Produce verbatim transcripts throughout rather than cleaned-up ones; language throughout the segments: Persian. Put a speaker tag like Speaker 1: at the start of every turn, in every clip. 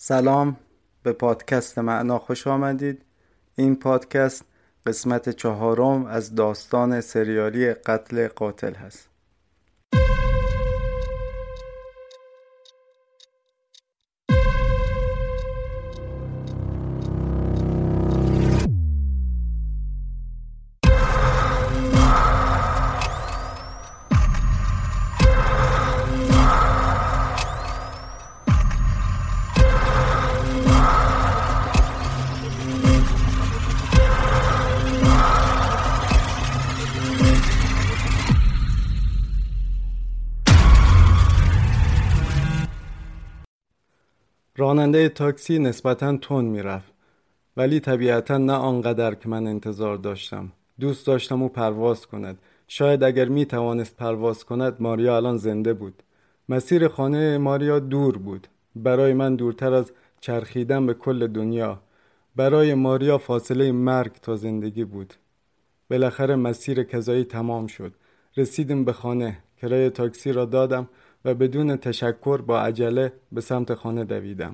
Speaker 1: سلام، به پادکست معنا خوش آمدید. این پادکست قسمت چهارم از داستان سریالی قتل قاتل هست. راننده تاکسی نسبتاً تند میرفت، ولی طبیعتاً نه آنقدر که من انتظار داشتم. دوست داشتم او پرواز کند. شاید اگر می توانست پرواز کند ماریا الان زنده بود. مسیر خانه ماریا دور بود، برای من دورتر از چرخیدن به کل دنیا. برای ماریا فاصله مرگ تا زندگی بود. بالاخره مسیر قضایی تمام شد. رسیدیم به خانه. کرایه تاکسی را دادم و بدون تشکر با عجله به سمت خانه دویدم.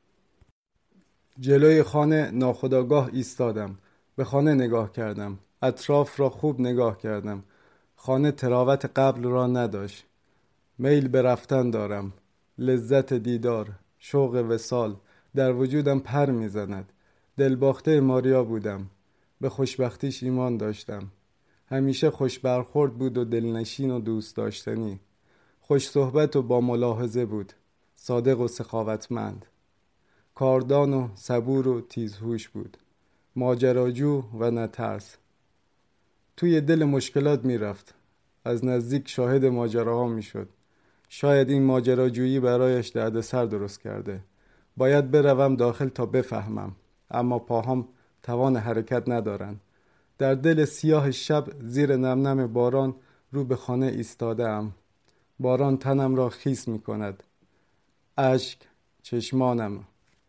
Speaker 1: جلوی خانه ناخودآگاه ایستادم. به خانه نگاه کردم. اطراف را خوب نگاه کردم. خانه تراوت قبل را نداشت. میل به رفتن دارم. لذت دیدار، شوق وصال در وجودم پر میزند. دلباخته ماریا بودم. به خوشبختیش ایمان داشتم. همیشه خوش برخورد بود و دلنشین و دوست داشتنی. خوش صحبت و با ملاحظه بود. صادق و سخاوتمند. کاردان و صبور و تیزهوش بود. ماجراجو و نترس. توی دل مشکلات می رفت. از نزدیک شاهد ماجراها می شد. شاید این ماجراجویی برایش دردسر درست کرده. باید بروم داخل تا بفهمم. اما پاهام توان حرکت ندارند. در دل سیاه شب زیر نمنم باران رو به خانه ایستاده ام. باران تنم را خیس می کند. اشک چشمانم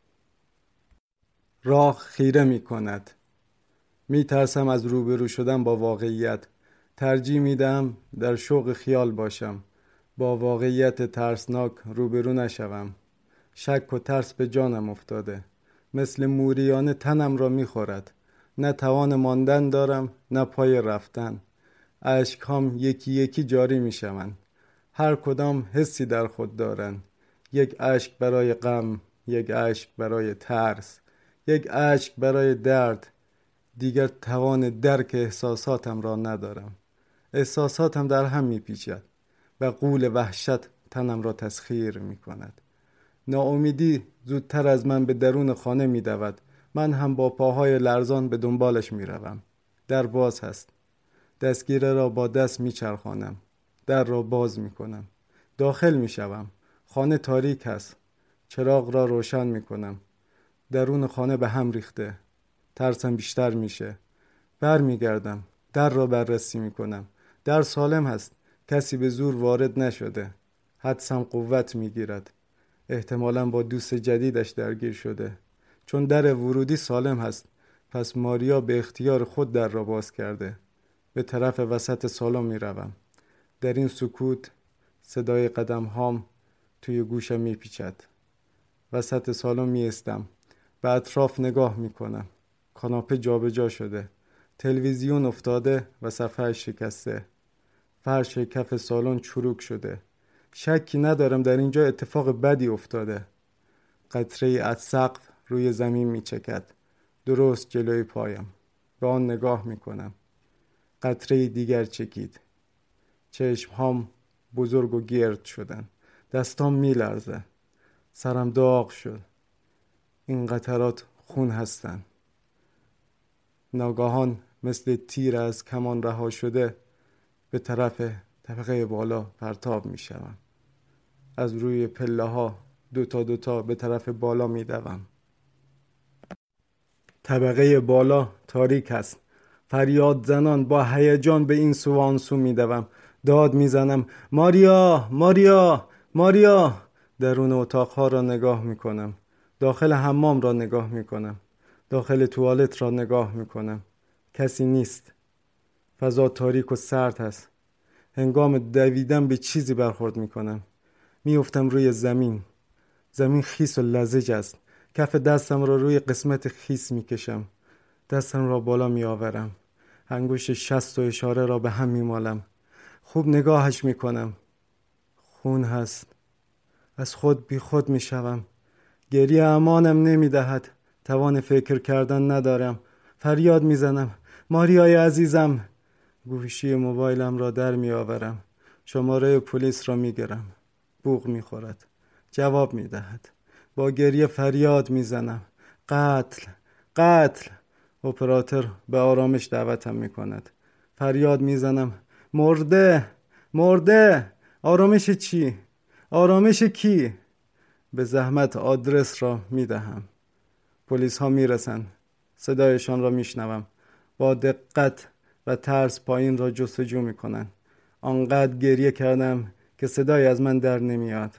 Speaker 1: راه خیره می کند. می ترسم از روبرو شدن با واقعیت. ترجیح می دهم در شوق خیال باشم. با واقعیت ترسناک روبرو نشوم. شک و ترس به جانم افتاده. مثل موریانه تنم را می خورد. نه توان ماندن دارم، نه پای رفتن. اشک‌هام یکی یکی جاری می شوند. هر کدام حسی در خود دارند. یک اشک برای غم، یک اشک برای ترس، یک اشک برای درد. دیگر توان درک احساساتم را ندارم. احساساتم در هم می پیچد و غول وحشت تنم را تسخیر می کند. ناامیدی زودتر از من به درون خانه می دود. من هم با پاهای لرزان به دنبالش می روم. در باز هست. دستگیره را با دست می چرخانم. در را باز می کنم. داخل می شوم. خانه تاریک است. چراغ را روشن می کنم. درون خانه به هم ریخته. ترسم بیشتر میشه. بر می گردم. در را بررسی می کنم. در سالم هست. کسی به زور وارد نشده. حدسم قوت می گیرد. احتمالاً با دوست جدیدش درگیر شده. چون در ورودی سالم هست. پس ماریا به اختیار خود در را باز کرده. به طرف وسط سالن می روم. در این سکوت صدای قدم هام توی گوشم می پیچد. وسط سالن می استم. به اطراف نگاه می کنم. کاناپه جابجا شده. تلویزیون افتاده و صفحه‌اش شکسته. فرش کف سالن چروک شده. شکی ندارم در اینجا اتفاق بدی افتاده. قطره‌ای از سقف روی زمین می چکد. درست جلوی پایم. به آن نگاه می کنم. قطره‌ای دیگر چکید. چشم‌هام بزرگ و گرد شدن. دستام می لرزه. سرم داغ شد. این قطرات خون هستن. ناگهان مثل تیر از کمان رها شده به طرف طبقه بالا پرتاب می شوم. از روی پله ها دوتا دوتا به طرف بالا می دوم. طبقه بالا تاریک است. فریاد زنان با هیجان به این سو و آن سو می دوم. داد می زنم ماریا، ماریا، ماریا. درون اتاقها را نگاه می کنم. داخل حمام را نگاه می کنم. داخل توالت را نگاه می کنم. کسی نیست. فضا تاریک و سرد است. هنگام دویدن به چیزی برخورد می کنم. می افتم روی زمین. زمین خیس و لزج است. کف دستم را روی قسمت خیس می کشم. دستم را بالا می آورم. انگشت شست و اشاره را به هم می مالم. خوب نگاهش می کنم. خون هست. از خود بی خود می شوم. گریه امانم نمی دهد. توان فکر کردن ندارم. فریاد می زنم. ماریای عزیزم. گوشی موبایلم را در می آورم. شماره پلیس را می گیرم. بوق می خورد. جواب می دهد. با گریه فریاد می زنم. قتل. قتل. اپراتور به آرامش دعوتم می کند. فریاد می زنم. مرده. مرده. آرامش چی؟ آرامش کی؟ به زحمت آدرس را می دهم. پلیس ها می رسند. صدایشان را می شنوم. با دقت و ترس پایین را جستجو می کنند. آنقدر گریه کردم که صدای از من در نمیاد.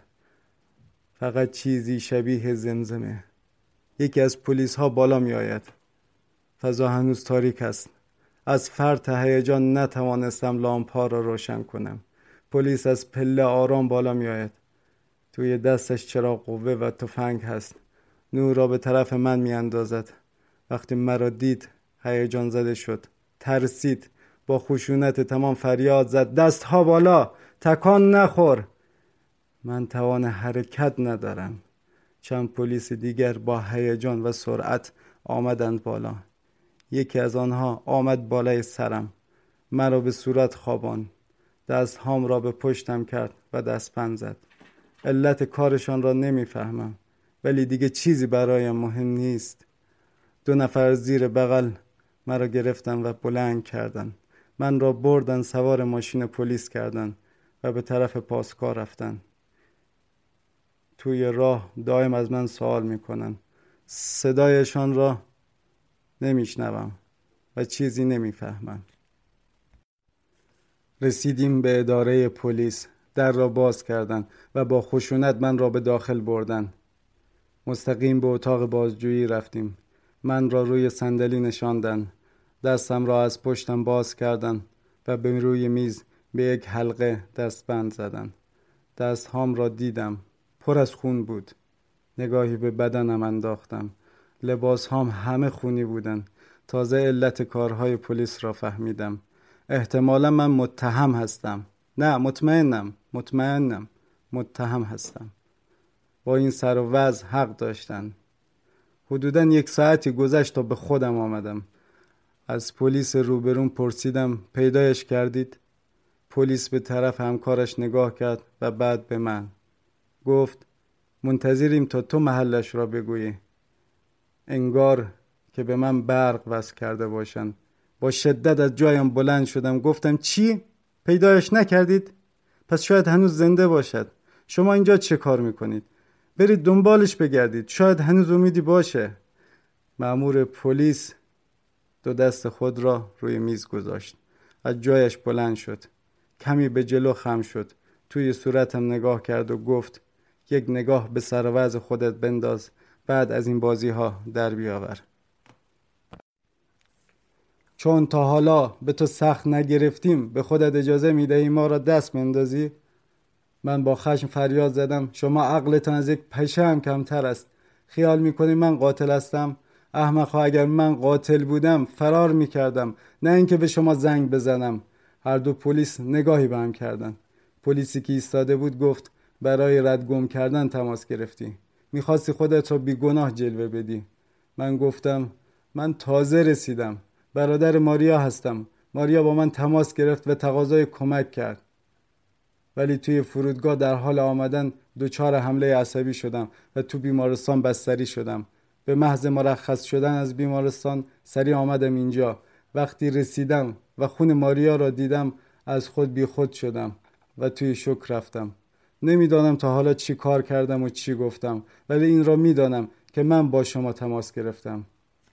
Speaker 1: فقط چیزی شبیه زمزمه. یکی از پلیس ها بالا می آید. فضا هنوز تاریک است. از فرط هیجان نتوانستم لامپ ها را روشن کنم. پلیس از پله آرام بالا می آید. توی دستش چراغ قوه و تفنگ هست. نور را به طرف من می اندازد. وقتی مرا دید هیجان زده شد. ترسید. با خشونت تمام فریاد زد. دست ها بالا. تکان نخور. من توان حرکت ندارم. چند پلیس دیگر با هیجان و سرعت آمدند بالا. یکی از آنها آمد بالای سرم. مرا به صورت خواباند. دست هام را به پشتم کرد و دستبند زد. علت کارشان را نمیفهمم، ولی دیگه چیزی برایم مهم نیست. دو نفر زیر بغل مرا گرفتن و بلند کردن. من را بردن سوار ماشین پلیس کردن و به طرف پاسگاه رفتن. توی راه دائم از من سوال میکنن. صدایشان را نمیشنوم و چیزی نمیفهمم. رسیدیم به اداره پلیس. در را باز کردند و با خشونت من را به داخل بردند. مستقیم به اتاق بازجویی رفتیم. من را روی صندلی نشاندند. دستم را از پشتم باز کردند و به روی میز به یک حلقه دستبند زدند. دستهام را دیدم. پر از خون بود. نگاهی به بدنم انداختم. لباسهام همه خونی بودند. تازه علت کارهای پلیس را فهمیدم. احتمالا من متهم هستم. نه، مطمئنم. مطمئنم. متهم هستم. با این سر و وضع حق داشتن. حدوداً یک ساعتی گذشت تا به خودم آمدم. از پلیس روبرون پرسیدم پیدایش کردید؟ پلیس به طرف همکارش نگاه کرد و بعد به من. گفت منتظریم تا تو محلش را بگویی. انگار که به من برق وصل کرده باشند. با شدت از جایم بلند شدم. گفتم چی؟ پیدایش نکردید؟ پس شاید هنوز زنده باشد. شما اینجا چه کار میکنید؟ برید دنبالش بگردید. شاید هنوز امیدی باشه. مأمور پلیس دو دست خود را روی میز گذاشت. از جایش بلند شد. کمی به جلو خم شد. توی صورتم نگاه کرد و گفت یک نگاه به سر و وضع خودت بنداز. بعد از این بازی ها در بیاور. چون تا حالا به تو سخت نگرفتیم به خودت اجازه میدهی ما را دست بندازی؟ من با خشم فریاد زدم شما عقلتان از یک پشه هم کمتر است. خیال میکنی من قاتل هستم؟ احمقا، اگر من قاتل بودم فرار میکردم، نه اینکه به شما زنگ بزنم. هر دو پلیس نگاهی به هم کردند. پلیسی که ایستاده بود گفت برای ردگم کردن تماس گرفتی. میخواستی خودت رو بیگناه جلوه بدی. من گفتم من تازه رسیدم. برادر ماریا هستم. ماریا با من تماس گرفت و تقاضای کمک کرد. ولی توی فرودگاه در حال آمدن دچار حمله عصبی شدم و تو بیمارستان بستری شدم. به محض مرخص شدن از بیمارستان سریع آمدم اینجا. وقتی رسیدم و خون ماریا را دیدم از خود بی خود شدم و توی شوک رفتم. نمیدانم تا حالا چی کار کردم و چی گفتم، ولی این را میدانم که من با شما تماس گرفتم.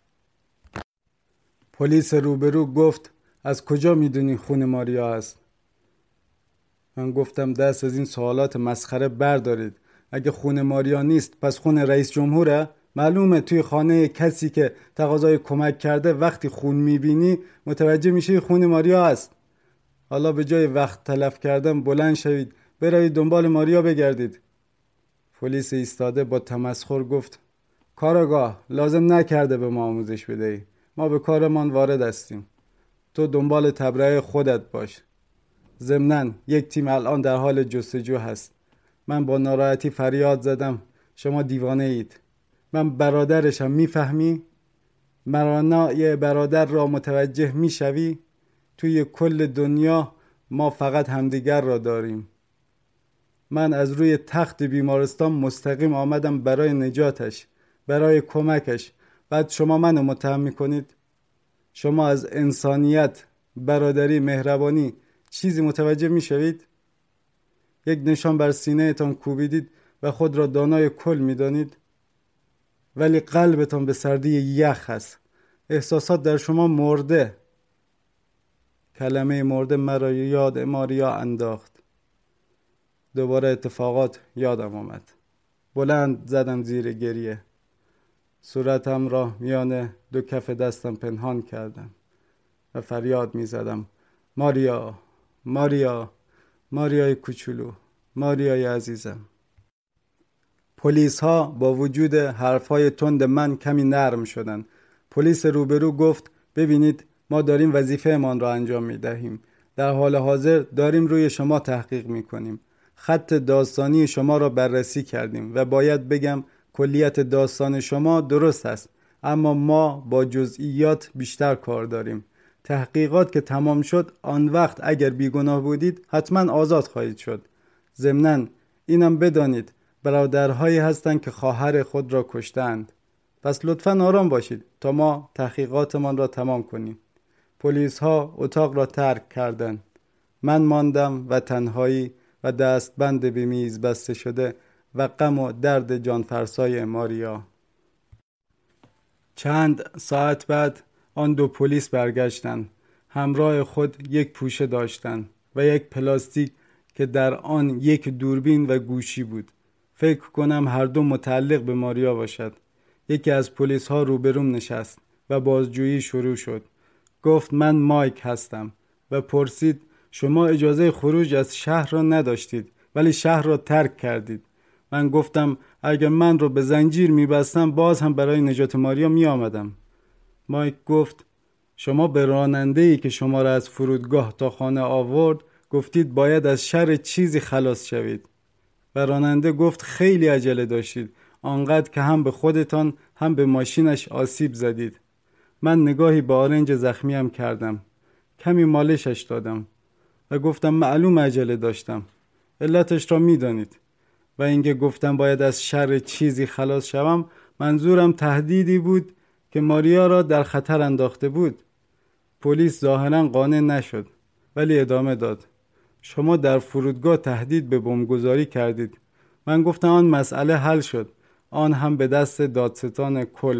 Speaker 1: پلیس روبرو گفت از کجا میدونی خون ماریا است؟ من گفتم دست از این سوالات مسخره بردارید. اگه خون ماریا نیست پس خون رئیس جمهوره؟ معلومه توی خانه کسی که تقاضای کمک کرده وقتی خون میبینی متوجه میشی خون ماریا است. حالا به جای وقت تلف کردن بلند شوید، برید دنبال ماریا بگردید. پلیس ایستاده با تمسخر گفت کاراگاه لازم نکرده به ما آموزش بدهی، ما به کارمان وارد هستیم، تو دنبال تبرئه خودت باش. ضمناً یک تیم الان در حال جستجو هست. من با ناراحتی فریاد زدم شما دیوانه اید، من برادرشم، میفهمی؟ مرانای برادر را متوجه میشوی؟ توی کل دنیا ما فقط همدیگر را داریم. من از روی تخت بیمارستان مستقیم آمدم برای نجاتش، برای کمکش. بعد شما منو متهم میکنید؟ شما از انسانیت، برادری، مهربانی چیزی متوجه میشوید؟ یک نشان بر سینه اتان کوبیدید و خود را دانای کل میدانید، ولی قلبتان به سردی یخ هست. احساسات در شما مرده. کلمه مرده مرا یاد ماریا انداخت. دوباره اتفاقات یادم آمد. بلند زدم زیر گریه. صورتم را میان دو کف دستم پنهان کردم و فریاد می زدم ماریا، ماریا، ماریای کوچولو، ماریای عزیزم. پلیس ها با وجود حرفهای تند من کمی نرم شدند. پلیس روبرو گفت ببینید ما داریم وظیفه مان را انجام می دهیم. در حال حاضر داریم روی شما تحقیق می کنیم. خط داستانی شما را بررسی کردیم و باید بگم کلیت داستان شما درست است، اما ما با جزئیات بیشتر کار داریم. تحقیقات که تمام شد آن وقت اگر بیگناه بودید حتما آزاد خواهید شد. ضمناً اینم بدانید برادرهایی هستند که خواهر خود را کشتند. پس لطفاً آرام باشید تا ما تحقیقاتمان را تمام کنیم. پلیس ها اتاق را ترک کردند. من ماندم و تنهایی و دستبند به میز بسته شده و غم و درد جانفرسای ماریا. چند ساعت بعد آن دو پلیس برگشتند. همراه خود یک پوشه داشتند و یک پلاستیک که در آن یک دوربین و گوشی بود. فکر کنم هر دو متعلق به ماریا باشد. یکی از پلیس ها روبروم نشست و بازجویی شروع شد. گفت من مایک هستم و پرسید شما اجازه خروج از شهر را نداشتید ولی شهر را ترک کردید. من گفتم اگر من رو به زنجیر میبستم باز هم برای نجات ماریا می آمدم. مایک گفت شما به راننده‌ای که شما را از فرودگاه تا خانه آورد گفتید باید از شر چیزی خلاص شوید و راننده گفت خیلی عجله داشتید، آنقدر که هم به خودتان هم به ماشینش آسیب زدید. من نگاهی به آرنج زخمیم کردم، کمی مالشش دادم و گفتم معلوم عجله داشتم، علتش را میدانید. و اینکه گفتم باید از شر چیزی خلاص شوم منظورم تهدیدی بود که ماریا را در خطر انداخته بود. پلیس ظاهراً قانع نشد ولی ادامه داد شما در فرودگاه تهدید به بمبگذاری کردید. من گفتم آن مسئله حل شد، آن هم به دست دادستان کل.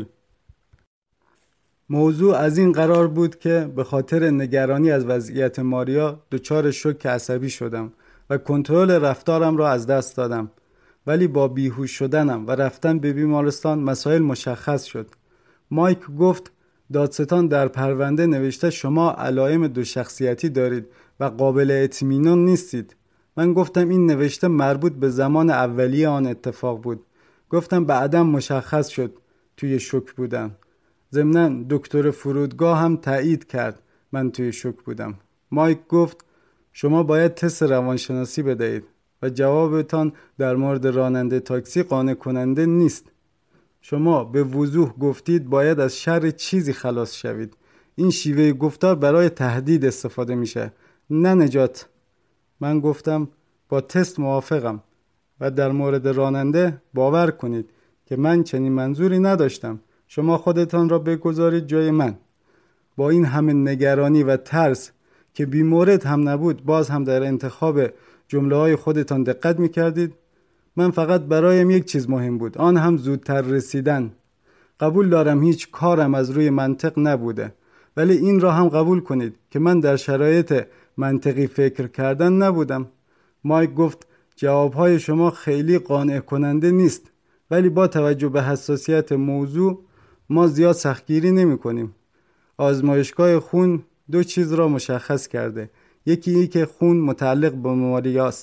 Speaker 1: موضوع از این قرار بود که به خاطر نگرانی از وضعیت ماریا دچار شوک عصبی شدم و کنترل رفتارم را از دست دادم. ولی با بیهوش شدنم و رفتن به بیمارستان مسائل مشخص شد. مایک گفت دادستان در پرونده نوشته شما علائم دو شخصیتی دارید و قابل اطمینان نیستید. من گفتم این نوشته مربوط به زمان اولیه آن اتفاق بود. گفتم بعداً مشخص شد توی شوک بودم. ضمناً دکتر فرودگاه هم تایید کرد من توی شوک بودم. مایک گفت شما باید تست روانشناسی بدهید و جوابتان در مورد راننده تاکسی قانع کننده نیست. شما به وضوح گفتید باید از شر چیزی خلاص شوید. این شیوه گفتار برای تهدید استفاده میشه، نه نجات. من گفتم با تست موافقم و در مورد راننده باور کنید که من چنین منظوری نداشتم. شما خودتان را بگذارید جای من. با این همه نگرانی و ترس که بیمورد هم نبود باز هم در انتخاب جمله های خودتان دقت میکردید. من فقط برایم یک چیز مهم بود، آن هم زودتر رسیدن. قبول دارم هیچ کارم از روی منطق نبوده، ولی این را هم قبول کنید که من در شرایط منطقی فکر کردن نبودم. مایک گفت جوابهای شما خیلی قانع کننده نیست، ولی با توجه به حساسیت موضوع ما زیاد سختگیری نمی کنیم. آزمایشگاه خون دو چیز را مشخص کرده. یکی ای که خون متعلق به ماریاست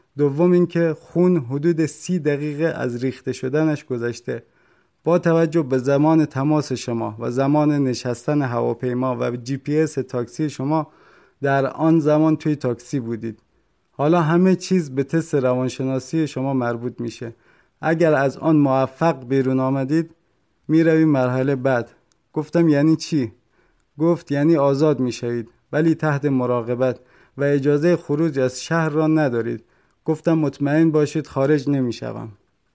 Speaker 1: دوم اینکه خون حدود سی دقیقه از ریخته شدنش گذشته. با توجه به زمان تماس شما و زمان نشستن هواپیما و جی پی اس تاکسی شما در آن زمان توی تاکسی بودید. حالا همه چیز به تست روانشناسی شما مربوط میشه. اگر از آن موفق بیرون آمدید میرویم مرحله بعد. گفتم یعنی چی؟ گفت یعنی آزاد میشوید ولی تحت مراقبت و اجازه خروج از شهر را ندارید. گفتم مطمئن باشید خارج نمیشوم.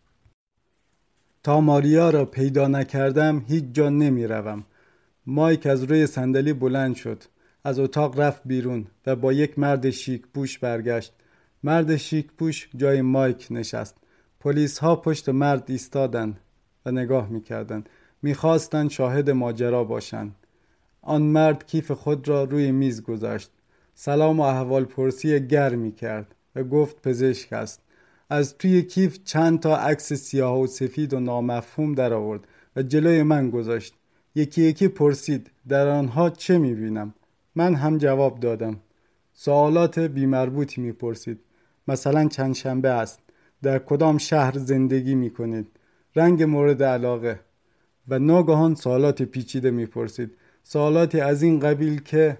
Speaker 1: تا ماریا را پیدا نکردم هیچ جا نمیروم. مایک از روی صندلی بلند شد. از اتاق رفت بیرون و با یک مرد شیک پوش برگشت. مرد شیک پوش جای مایک نشست. پلیس ها پشت مرد ایستادند و نگاه میکردند. میخواستند شاهد ماجرا باشند. آن مرد کیف خود را روی میز گذاشت. سلام و احوال پرسی گرمی کرد و گفت پزشک است. از توی کیف چند تا عکس سیاه و سفید و نامفهوم در آورد و جلوی من گذاشت. یکی یکی پرسید در آنها چه میبینم؟ من هم جواب دادم. سوالات بی‌مربوطی میپرسید. مثلا چند شنبه است؟ در کدام شهر زندگی میکنید؟ رنگ مورد علاقه؟ و ناگهان سوالات پیچیده میپرسید. سوالاتی از این قبیل که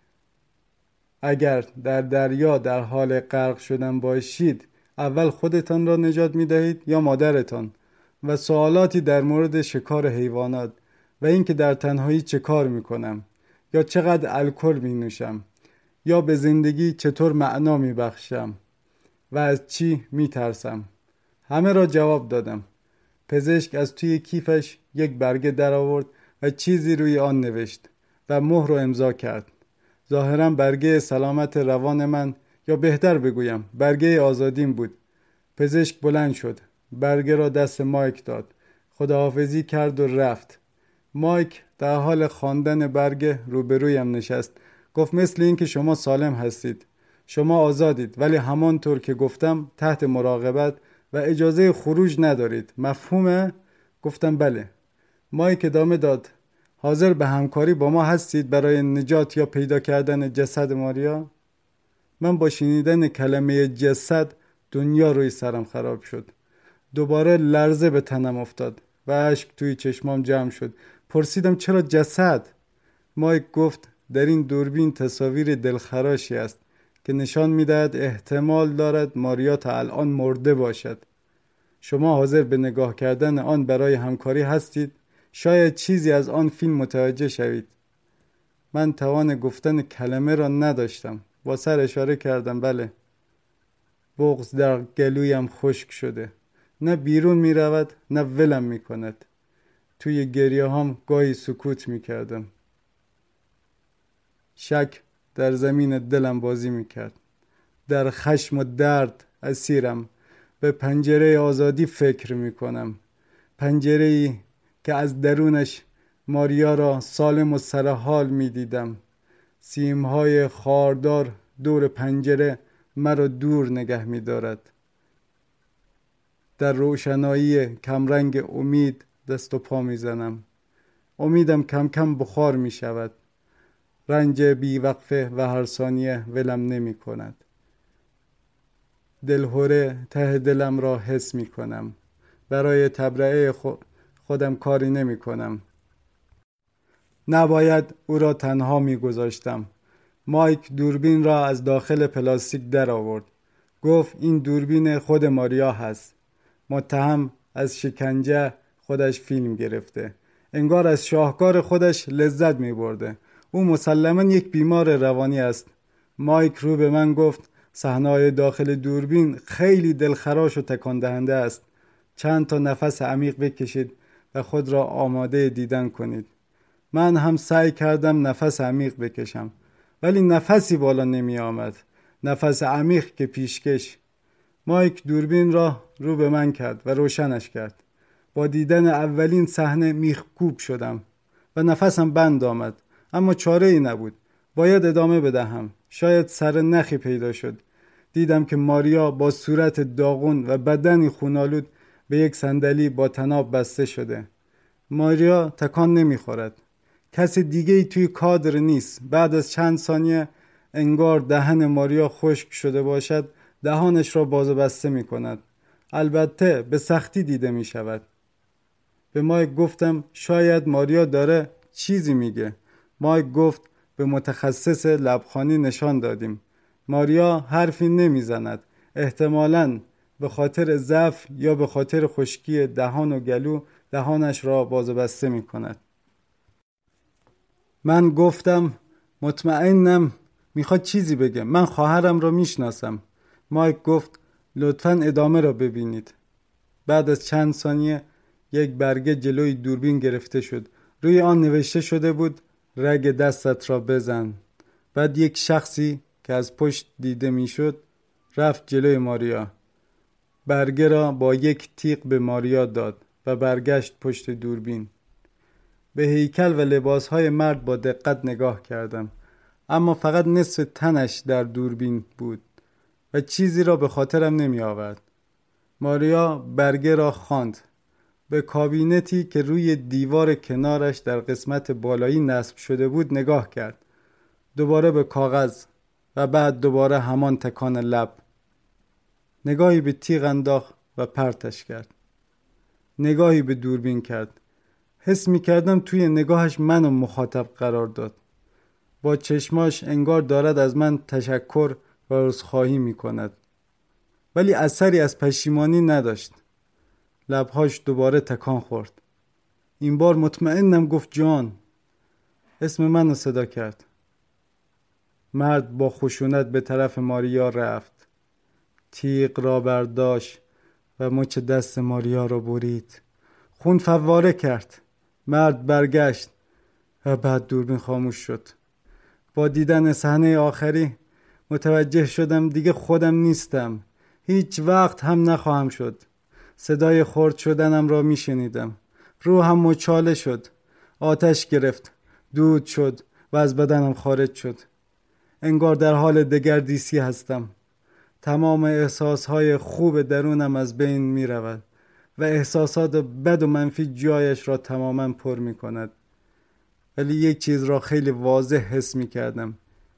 Speaker 1: اگر در دریا در حال غرق شدن باشید اول خودتان را نجات میدهید یا مادرتان؟ و سوالاتی در مورد شکار حیوانات و اینکه در تنهایی چه کار میکنم یا چقدر الکل می نوشم یا به زندگی چطور معنا می بخشم و از چی می ترسم. همه را جواب دادم. پزشک از توی کیفش یک برگه در آورد و چیزی روی آن نوشت و مهر رو امضا کرد. ظاهراً برگه سلامت روان من، یا بهتر بگویم برگه آزادیم بود. پزشک بلند شد. برگه را دست مایک داد. خداحافظی کرد و رفت. مایک در حال خواندن برگه روبرویم نشست. گفت مثل این که شما سالم هستید. شما آزادید ولی همانطور که گفتم تحت مراقبت و اجازه خروج ندارید. مفهومه؟ گفتم بله. مایک ادامه داد. حاضر به همکاری با ما هستید برای نجات یا پیدا کردن جسد ماریا؟ من با شنیدن کلمه جسد دنیا روی سرم خراب شد. دوباره لرزه به تنم افتاد و اشک توی چشمام جمع شد. پرسیدم چرا جسد؟ مایک گفت در این دوربین تصاویر دلخراشی است که نشان می‌دهد احتمال دارد ماریا تا الان مرده باشد. شما حاضر به نگاه کردن آن برای همکاری هستید؟ شاید چیزی از آن فیلم متوجه شوید. من توان گفتن کلمه را نداشتم. با سر اشاره کردم بله. بغض در گلویم خشک شده. نه بیرون می رود نه ولم می کند. توی گریه هم گاهی سکوت می کردم. شک در زمین دلم بازی می کرد. در خشم و درد اسیرم. به پنجره آزادی فکر می کنم. پنجره‌ای که از درونش ماریا را سالم و سرحال می دیدم. سیمهای خاردار دور پنجره مرا دور نگه می دارد. در روشنایی کمرنگ امید دست و پا می زنم. امیدم کم کم بخار می شود. رنج بی وقفه و هر ثانیه ولم نمی کند. دلهوره ته دلم را حس می کنم. برای تبرئه خودم کاری نمی کنم. نباید او را تنها می گذاشتم. مایک دوربین را از داخل پلاستیک در آورد. گفت این دوربین خود ماریا هست. متهم از شکنجه خودش فیلم گرفته. انگار از شاهکار خودش لذت می برده. او مسلماً یک بیمار روانی است. مایک رو به من گفت صحنه‌های داخل دوربین خیلی دلخراش و تکان دهنده است. چند تا نفس عمیق بکشید و خود را آماده دیدن کنید. من هم سعی کردم نفس عمیق بکشم ولی نفسی بالا نمی آمد. نفس عمیق که پیشکش. مایک دوربین را رو به من کرد و روشنش کرد. با دیدن اولین صحنه میخکوب شدم و نفسم بند آمد. اما چاره ای نبود. باید ادامه بدهم. شاید سر نخی پیدا شد. دیدم که ماریا با صورت داغون و بدنی خونالود به یک صندلی با طناب بسته شده. ماریا تکان نمیخورد. کسی دیگه ای توی کادر نیست. بعد از چند ثانیه انگار دهن ماریا خشک شده باشد دهانش را باز و بسته می کند. البته به سختی دیده می شود. به مایک گفتم شاید ماریا داره چیزی میگه. مایک گفت به متخصص لبخانی نشان دادیم. ماریا حرفی نمیزند. احتمالاً به خاطر ضعف یا به خاطر خشکی دهان و گلو دهانش را باز و بسته می کند. من گفتم مطمئنم میخواد چیزی بگه. من خواهرم را میشناسم. مایک گفت لطفاً ادامه را ببینید. بعد از چند ثانیه یک برگه جلوی دوربین گرفته شد. روی آن نوشته شده بود رگ دستت را بزن. بعد یک شخصی که از پشت دیده میشد رفت جلوی ماریا. برگه را با یک تیغ به ماریا داد و برگشت پشت دوربین. به هیکل و لباسهای مرد با دقت نگاه کردم، اما فقط نصف تنش در دوربین بود و چیزی را به خاطرم نمی آورد. ماریا برگه را خواند. به کابینتی که روی دیوار کنارش در قسمت بالایی نصب شده بود نگاه کرد. دوباره به کاغذ و بعد دوباره همان تکان لب. نگاهی به تیغ انداخت و پرتش کرد. نگاهی به دوربین کرد. حس می کردم توی نگاهش منو مخاطب قرار داد. با چشماش انگار دارد از من تشکر و عذرخواهی می کند. ولی اثری از پشیمانی نداشت. لبهاش دوباره تکان خورد. این بار مطمئنم گفت جان. اسم منو صدا کرد. مرد با خشونت به طرف ماریا رفت. تیغ را برداشت و مچ دست ماریا را برید. خون فواره کرد. مرد برگشت و بعد دوربین خاموش شد. با دیدن صحنه آخری متوجه شدم دیگه خودم نیستم. هیچ وقت هم نخواهم شد. صدای خرد شدنم را می شنیدم. روحم مچاله شد. آتش گرفت. دود شد و از بدنم خارج شد. انگار در حال دگردیسی هستم. تمام احساسهای خوب درونم از بین می رود و احساسات بد و منفی جایش را تماما پر می کند. ولی یک چیز را خیلی واضح حس می کردم.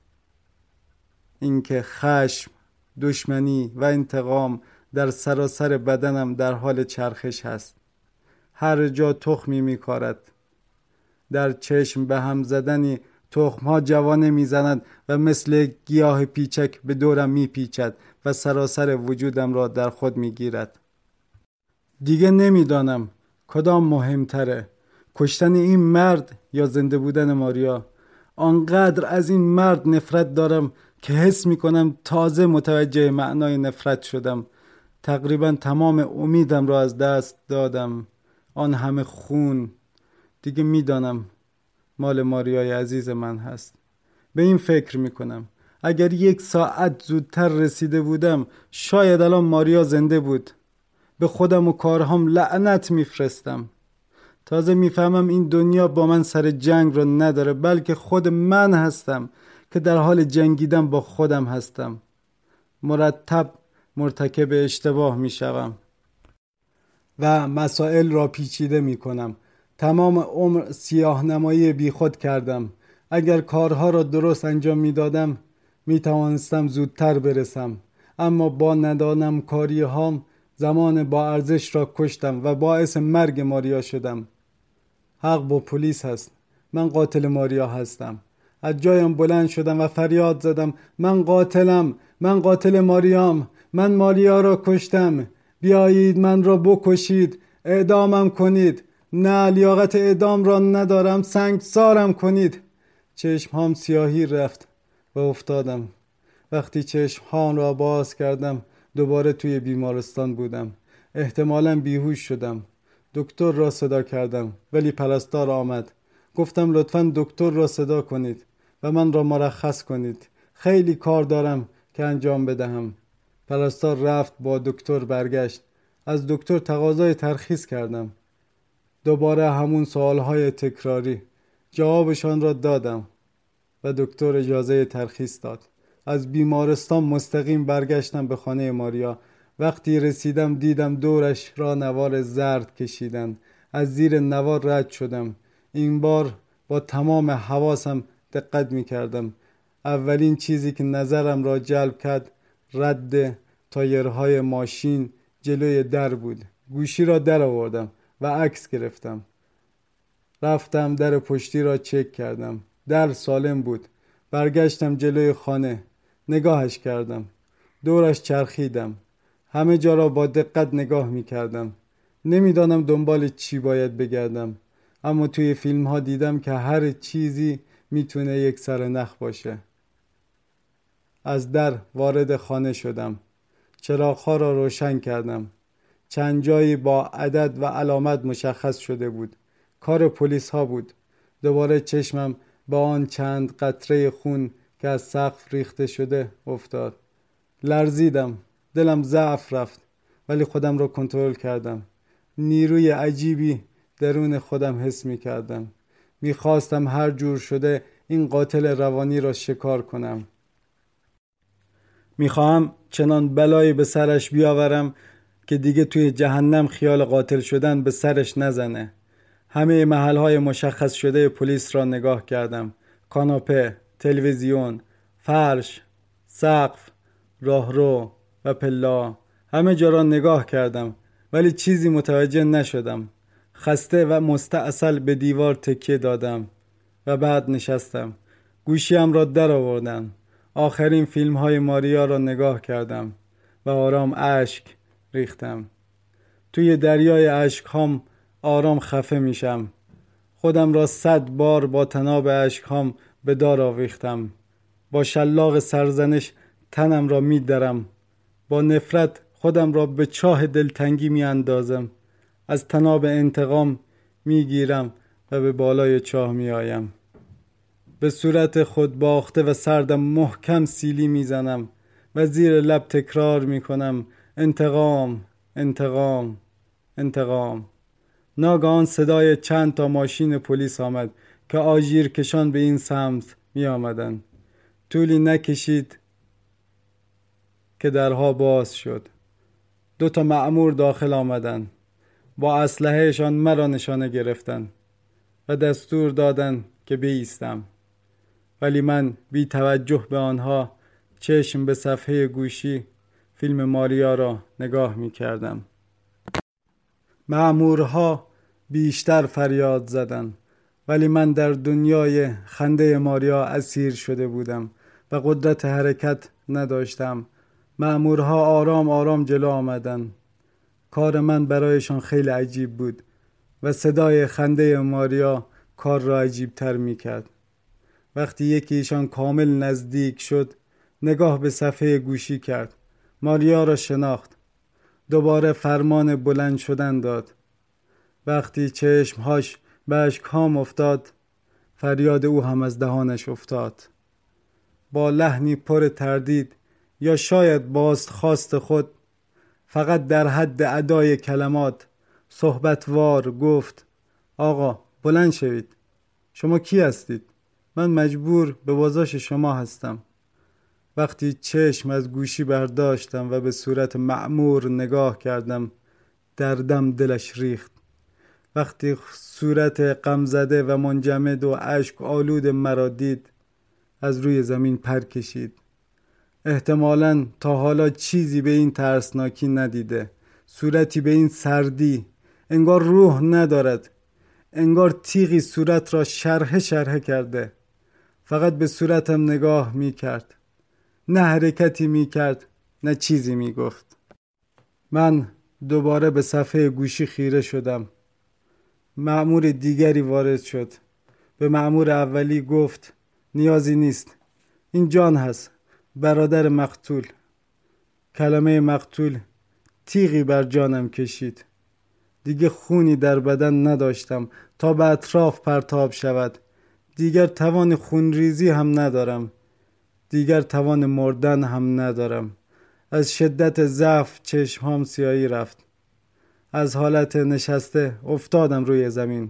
Speaker 1: اینکه خشم، دشمنی و انتقام در سراسر بدنم در حال چرخش هست. هر جا تخمی می کارد. در چشم به هم زدنی تخمها جوانه می زند و مثل گیاه پیچک به دورم می پیچد و سراسر وجودم را در خود می گیرد. دیگه نمی دانم کدام مهمتره، کشتن این مرد یا زنده بودن ماریا. آنقدر از این مرد نفرت دارم که حس می کنم تازه متوجه معنای نفرت شدم. تقریبا تمام امیدم را از دست دادم. آن همه خون دیگه می دانم مال ماریای عزیز من هست. به این فکر می کنم اگر یک ساعت زودتر رسیده بودم شاید الان ماریا زنده بود. به خودم و کارهام لعنت میفرستم. تازه میفهمم این دنیا با من سر جنگ رو نداره، بلکه خود من هستم که در حال جنگیدن با خودم هستم. مرتب مرتکب اشتباه میشوم و مسائل را پیچیده میکنم. تمام عمر سیاه نمایی بی خود کردم. اگر کارها را درست انجام میدادم میتوانستم زودتر برسم، اما با ندانم کاری هام زمان با ارزش را کشتم و باعث مرگ ماریا شدم. حق با پلیس هست. من قاتل ماریا هستم. از جایم بلند شدم و فریاد زدم من قاتلم، من قاتل ماریام، من ماریا را کشتم. بیایید من را بکشید، اعدامم کنید. نه، لیاقت اعدام را ندارم، سنگسارم کنید. چشمهام سیاهی رفت و افتادم. وقتی چشمهام را باز کردم دوباره توی بیمارستان بودم. احتمالاً بیهوش شدم. دکتر را صدا کردم ولی پرستار آمد. گفتم لطفاً دکتر را صدا کنید و من را مرخص کنید. خیلی کار دارم که انجام بدهم. پرستار رفت، با دکتر برگشت. از دکتر تقاضای ترخیص کردم. دوباره همون سوالهای تکراری. جوابشان را دادم و دکتر اجازه ترخیص داد. از بیمارستان مستقیم برگشتم به خانه ماریا. وقتی رسیدم دیدم دورش را نوار زرد کشیدن. از زیر نوار رد شدم. این بار با تمام حواسم دقت می کردم. اولین چیزی که نظرم را جلب کرد رد تایرهای ماشین جلوی در بود. گوشی را در آوردم و عکس گرفتم. رفتم در پشتی را چک کردم. در سالم بود. برگشتم جلوی خانه. نگاهش کردم. دورش چرخیدم. همه جا را با دقت نگاه می کردم. نمیدانم دنبال چی باید بگردم. اما توی فیلم ها دیدم که هر چیزی میتونه یک سرنخ باشه. از در وارد خانه شدم. چراغ‌ها را روشن کردم. چند جایی با عدد و علامت مشخص شده بود. کار پلیس ها بود. دوباره چشمم با آن چند قطره خون که از سقف ریخته شده افتاد. لرزیدم. دلم ضعف رفت. ولی خودم را کنترل کردم. نیروی عجیبی درون خودم حس می کردم. می خواستم هر جور شده این قاتل روانی را شکار کنم. می خواهم چنان بلایی به سرش بیاورم که دیگه توی جهنم خیال قاتل شدن به سرش نزنه. همه محلهای مشخص شده پلیس را نگاه کردم. کاناپه، تلویزیون، فرش، سقف، راهرو و پلا. همه جا را نگاه کردم ولی چیزی متوجه نشدم. خسته و مستعسل به دیوار تکیه دادم و بعد نشستم. گوشیم را در آوردم. آخرین فیلم های ماریا را نگاه کردم و آرام اشک ریختم. توی دریای اشک هام آرام خفه میشم. خودم را صد بار با تناب اشک هام به دار آویختم. با شلاق سرزنش تنم را می درم. با نفرت خودم را به چاه دلتنگی می اندازم. از تناب انتقام می گیرم و به بالای چاه می آیم. به صورت خود باخته و سردم محکم سیلی می زنم و زیر لب تکرار می کنم انتقام، انتقام، انتقام. ناگهان صدای چند تا ماشین پلیس آمد که آژیر کشان به این سمت می آمدن. طولی نکشید که درها باز شد. دو تا مأمور داخل آمدن. با اسلحه‌شان مرا نشانه گرفتن و دستور دادن که بایستم. ولی من بی توجه به آنها چشم به صفحه گوشی فیلم ماریا را نگاه می کردم. مأمورها بیشتر فریاد زدن ولی من در دنیای خنده ماریا اسیر شده بودم و قدرت حرکت نداشتم. مأمورها آرام آرام جلو آمدن. کار من برایشان خیلی عجیب بود و صدای خنده ماریا کار را عجیب تر می کرد. وقتی یکیشان کامل نزدیک شد نگاه به صفحه گوشی کرد. ماریا را شناخت. دوباره فرمان بلند شدن داد. وقتی چشمهاش به اشک‌هام افتاد فریاد او هم از دهانش افتاد. با لحنی پر تردید یا شاید بازخواست خود فقط در حد ادای کلمات صحبتوار گفت آقا بلند شوید. شما کی هستید؟ من مجبور به واژه شما هستم. وقتی چشم از گوشی برداشتم و به صورت مأمور نگاه کردم دردم دلش ریخت. وقتی صورت غمزده و منجمد و اشک آلود مرا دید از روی زمین پر کشید. احتمالاً تا حالا چیزی به این ترسناکی ندیده. صورتی به این سردی. انگار روح ندارد. انگار تیغی صورت را شرحه شرحه کرده. فقط به صورتم نگاه می کرد. نه حرکتی می کرد نه چیزی می گفت. من دوباره به صفحه گوشی خیره شدم. مأمور دیگری وارد شد. به مأمور اولی گفت نیازی نیست. این جان هست. برادر مقتول. کلمه مقتول تیغی بر جانم کشید. دیگه خونی در بدن نداشتم تا به اطراف پرتاب شود. دیگر توان خونریزی هم ندارم. دیگر توان مردن هم ندارم. از شدت ضعف چشمام سیاهی رفت. از حالت نشسته افتادم روی زمین.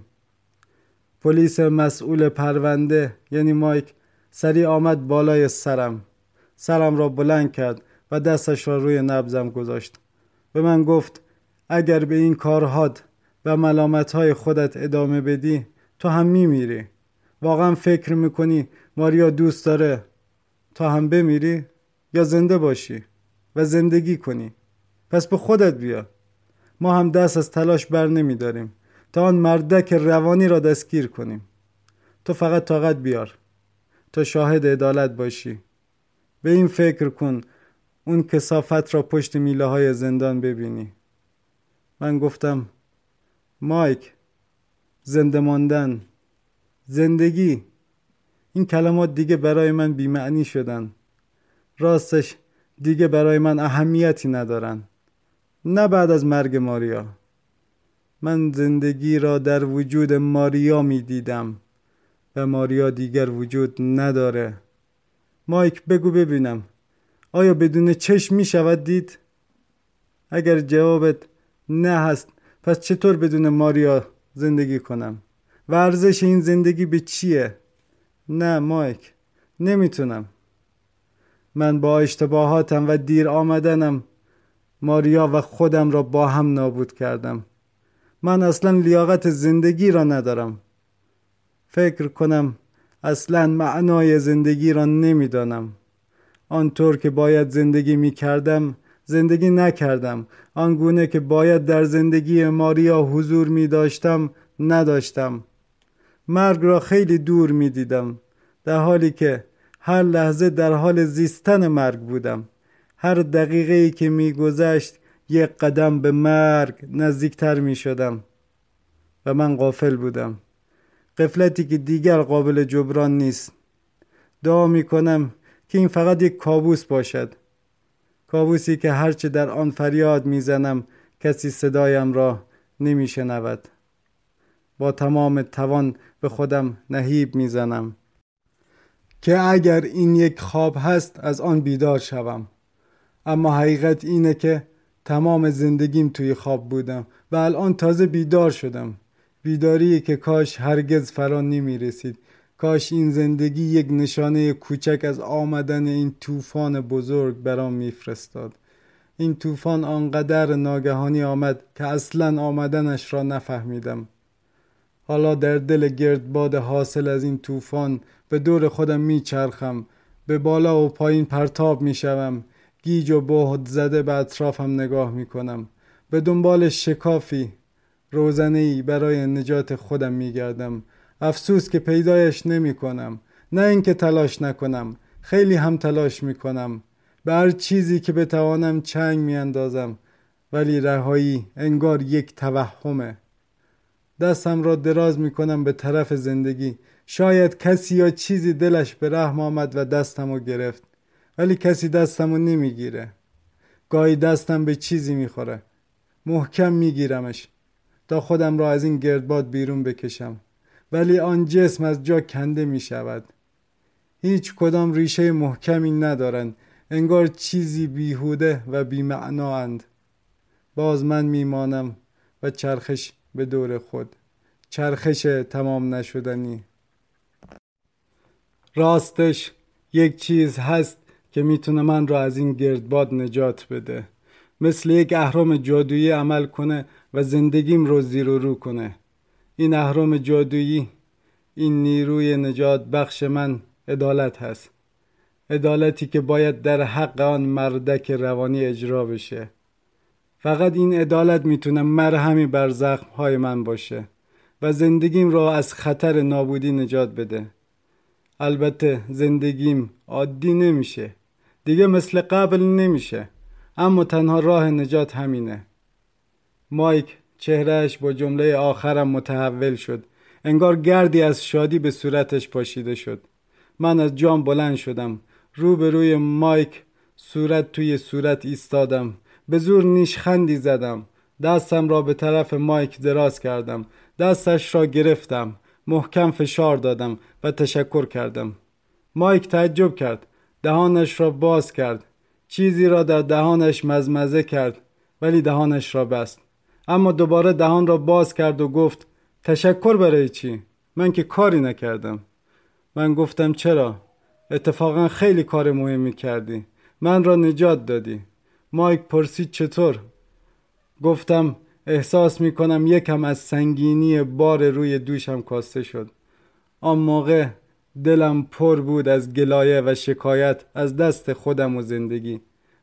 Speaker 1: پلیس مسئول پرونده یعنی مایک سریع آمد بالای سرم. سرم را بلند کرد و دستش را روی نبضم گذاشت. به من گفت اگر به این کارهات و ملامت‌های خودت ادامه بدی تو هم میمیری. واقعا فکر میکنی ماریا دوست داره تا هم بمیری یا زنده باشی؟ و زندگی کنی. پس به خودت بیا. ما هم دست از تلاش بر نمی داریم تا آن مردک روانی را دستگیر کنیم. تو فقط طاقت بیار تا شاهد عدالت باشی. به این فکر کن اون کثافت را پشت میله های زندان ببینی. من گفتم مایک، زنده ماندن، زندگی، این کلمات دیگه برای من بی‌معنی شدن. راستش دیگه برای من اهمیتی ندارن. نه بعد از مرگ ماریا. من زندگی را در وجود ماریا می دیدم و ماریا دیگر وجود نداره. مایک بگو ببینم، آیا بدون چشم می شود دید؟ اگر جوابت نه هست، پس چطور بدون ماریا زندگی کنم؟ و ارزش این زندگی به چیه؟ نه مایک، نمیتونم. من با اشتباهاتم و دیر آمدنم ماریا و خودم را با هم نابود کردم. من اصلا لیاقت زندگی را ندارم. فکر کنم اصلا معنای زندگی را نمیدانم. آنطور که باید زندگی می کردم زندگی نکردم. آنگونه که باید در زندگی ماریا حضور می داشتم نداشتم. مرگ را خیلی دور می دیدم، در حالی که هر لحظه در حال زیستن مرگ بودم. هر دقیقه‌ای که می گذشت یک قدم به مرگ نزدیکتر می شدم و من غافل بودم. غفلتی که دیگر قابل جبران نیست. دعا می کنم که این فقط یک کابوس باشد. کابوسی که هرچه در آن فریاد می زنم کسی صدایم را نمی شنود. با تمام توان به خودم نهیب می زنم که اگر این یک خواب هست از آن بیدار شوم. اما حقیقت اینه که تمام زندگیم توی خواب بودم و الان تازه بیدار شدم. بیداری که کاش هرگز فرا نمی رسید. کاش این زندگی یک نشانه کوچک از آمدن این طوفان بزرگ برام میفرستاد. این طوفان آنقدر ناگهانی آمد که اصلاً آمدنش را نفهمیدم. حالا در دل گردباد حاصل از این طوفان به دور خودم میچرخم، به بالا و پایین پرتاب میشوم، گیج و بهت زده به اطرافم نگاه میکنم. به دنبال شکافی، روزنه‌ای برای نجات خودم میگردم. افسوس که پیدایش نمی کنم. نه اینکه تلاش نکنم، خیلی هم تلاش میکنم. به هر چیزی که بتوانم چنگ میاندازم، ولی رهایی انگار یک توهمه. دستم را دراز میکنم به طرف زندگی. شاید کسی یا چیزی دلش به رحم آمد و دستمو گرفت، ولی کسی دستمو نمیگیره. گاهی دستم به چیزی میخوره، محکم میگیرمش تا خودم را از این گردباد بیرون بکشم، ولی آن جسم از جا کنده می شود. هیچ کدام ریشه محکمی ندارند. انگار چیزی بیهوده و بی‌معنااند. باز من میمانم و چرخش به دور خود. چرخش تمام نشدنی. راستش یک چیز هست که میتونه من را از این گردباد نجات بده. مثل یک اهرم جادویی عمل کنه و زندگیم رو زیر و رو کنه. این اهرم جادویی، این نیروی نجات بخش من عدالت هست. عدالتی که باید در حق آن مردک روانی اجرا بشه. فقط این عدالت میتونه مرهمی بر زخمهای من باشه و زندگیم را از خطر نابودی نجات بده. البته زندگیم عادی نمیشه، دیگه مثل قبل نمیشه، اما تنها راه نجات همینه. مایک چهرهش با جمله آخرم متحول شد. انگار گردی از شادی به صورتش پاشیده شد. من از جام بلند شدم. روبروی مایک صورت توی صورت ایستادم. به زور نیشخندی زدم. دستم را به طرف مایک دراز کردم. دستش را گرفتم. محکم فشار دادم و تشکر کردم. مایک تعجب کرد. دهانش را باز کرد. چیزی را در دهانش مزمزه کرد، ولی دهانش را بست. اما دوباره دهان را باز کرد و گفت تشکر برای چی؟ من که کاری نکردم. من گفتم چرا؟ اتفاقا خیلی کار مهمی کردی. من را نجات دادی. مایک پرسید چطور؟ گفتم احساس می کنم یکم از سنگینی بار روی دوشم کاسته شد. آن موقع دلم پر بود از گلایه و شکایت از دست خودم و زندگی.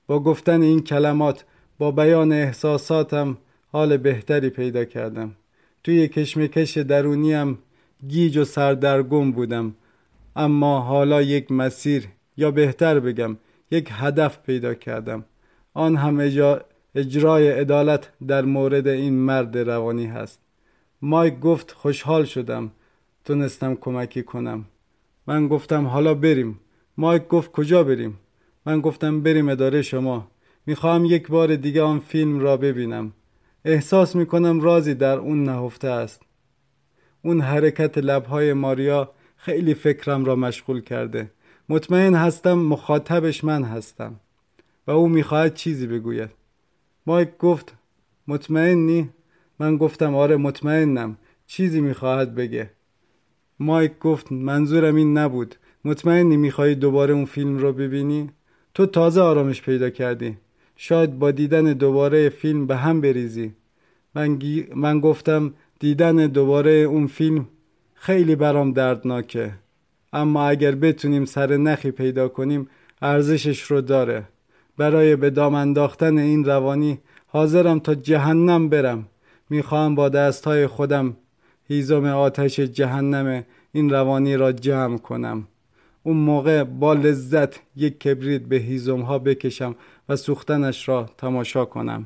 Speaker 1: با گفتن این کلمات، با بیان احساساتم حال بهتری پیدا کردم. توی کشمکش درونیم گیج و سردرگم بودم، اما حالا یک مسیر، یا بهتر بگم یک هدف پیدا کردم. آن هم اجا... اجرای عدالت در مورد این مرد روانی هست. مایک گفت خوشحال شدم تونستم کمکی کنم. من گفتم حالا بریم. مایک گفت کجا بریم؟ من گفتم بریم اداره شما. میخوام یک بار دیگه آن فیلم را ببینم. احساس میکنم رازی در اون نهفته است. اون حرکت لبهای ماریا خیلی فکرم را مشغول کرده. مطمئن هستم مخاطبش من هستم و او میخواهد چیزی بگوید. مایک گفت مطمئنی؟ من گفتم آره مطمئنم چیزی میخواهد بگه. مایک گفت منظورم این نبود. مطمئنی میخوایی دوباره اون فیلم رو ببینی؟ تو تازه آرامش پیدا کردی. شاید با دیدن دوباره فیلم به هم بریزی. من, گی... من گفتم دیدن دوباره اون فیلم خیلی برام دردناکه، اما اگر بتونیم سر نخی پیدا کنیم ارزشش رو داره. برای به دام انداختن این روانی حاضرم تا جهنم برم. میخوام با دستهای خودم هیزم آتش جهنم این روانی را جمع کنم. اون موقع با لذت یک کبریت به هیزم ها بکشم و سوختنش را تماشا کنم.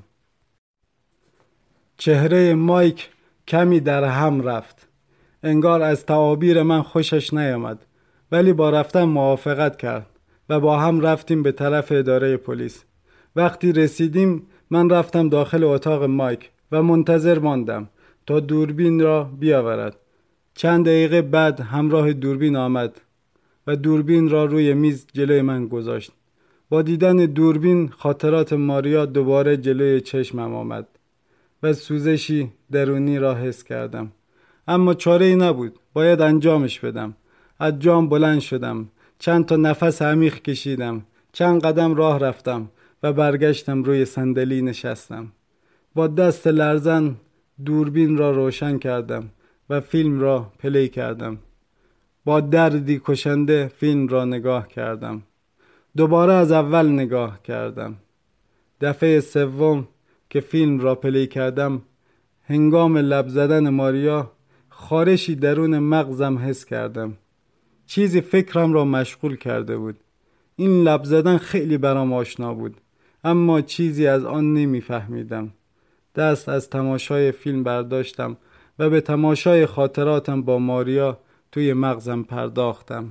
Speaker 1: چهره مایک کمی در هم رفت. انگار از تعابیر من خوشش نیامد، ولی با رفتن موافقت کرد و با هم رفتیم به طرف اداره پلیس. وقتی رسیدیم من رفتم داخل اتاق مایک و منتظر ماندم تا دوربین را بیاورد. چند دقیقه بعد همراه دوربین آمد و دوربین را روی میز جلوی من گذاشت. با دیدن دوربین خاطرات ماریا دوباره جلوی چشمم آمد و سوزشی درونی را حس کردم. اما چاره‌ای نبود، باید انجامش بدم. از جام بلند شدم، چند تا نفس عمیق کشیدم، چند قدم راه رفتم و برگشتم روی صندلی نشستم. با دست لرزان دوربین را روشن کردم و فیلم را پلی کردم. با دردی کشنده فیلم را نگاه کردم. دوباره از اول نگاه کردم. دفعه سوم که فیلم را پلی کردم، هنگام لب زدن ماریا خارشی درون مغزم حس کردم. چیزی فکرم را مشغول کرده بود. این لب زدن خیلی برام آشنا بود، اما چیزی از آن نمیفهمیدم. دست از تماشای فیلم برداشتم و به تماشای خاطراتم با ماریا توی مغزم پرداختم.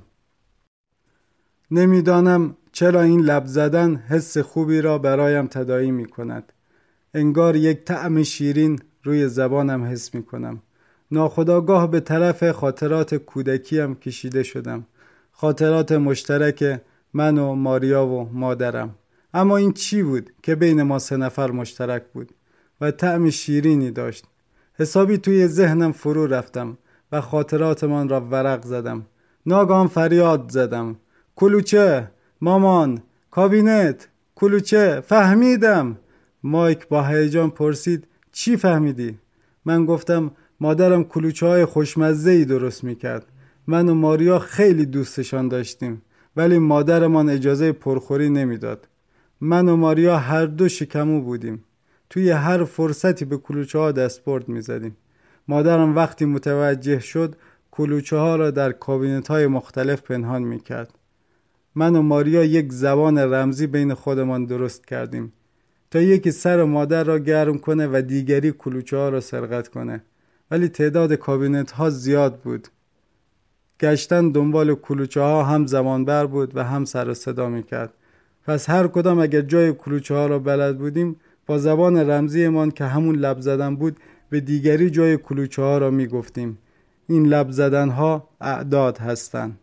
Speaker 1: نمیدانم چرا این لب زدن حس خوبی را برایم تداعی می کند. انگار یک طعم شیرین روی زبانم حس می کنم. ناخودآگاه به طرف خاطرات کودکیم کشیده شدم. خاطرات مشترک من و ماریا و مادرم. اما این چی بود که بین ما سه نفر مشترک بود و طعم شیرینی داشت؟ حسابی توی ذهنم فرو رفتم و خاطراتمان را ورق زدم. ناگهان فریاد زدم: کلوچه، مامان، کابینت، کلوچه، فهمیدم. مایک با هیجان پرسید: چی فهمیدی؟ من گفتم مادرم کلوچه های خوشمزه‌ای درست میکرد. من و ماریا خیلی دوستشان داشتیم، ولی مادرمان اجازه پرخوری نمیداد. من و ماریا هر دو شکمو بودیم. توی هر فرصتی به کلوچه ها دستبرد میزدیم. مادرم وقتی متوجه شد کلوچه ها را در کابینت های مختلف پنهان میکرد. من و ماریا یک زبان رمزی بین خودمان درست کردیم تا یکی سر مادر را گرم کنه و دیگری کلوچه ها را سرقت کنه، ولی تعداد کابینت ها زیاد بود. گشتن دنبال کلوچه ها هم زمان بر بود و هم سر و صدا میکرد. پس هر کدام اگر جای کلوچه ها را بلد بودیم، با زبان رمزی من که همون لب زدن بود به دیگری جای کلوچه ها را میگفتیم. این لب زدن ها اعداد هستند.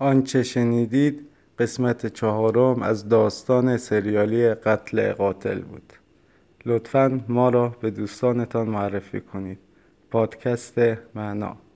Speaker 1: آنچه شنیدید قسمت چهارم از داستان سریالی قتل قاتل بود. لطفاً ما را به دوستانتان معرفی کنید. پادکست معنا.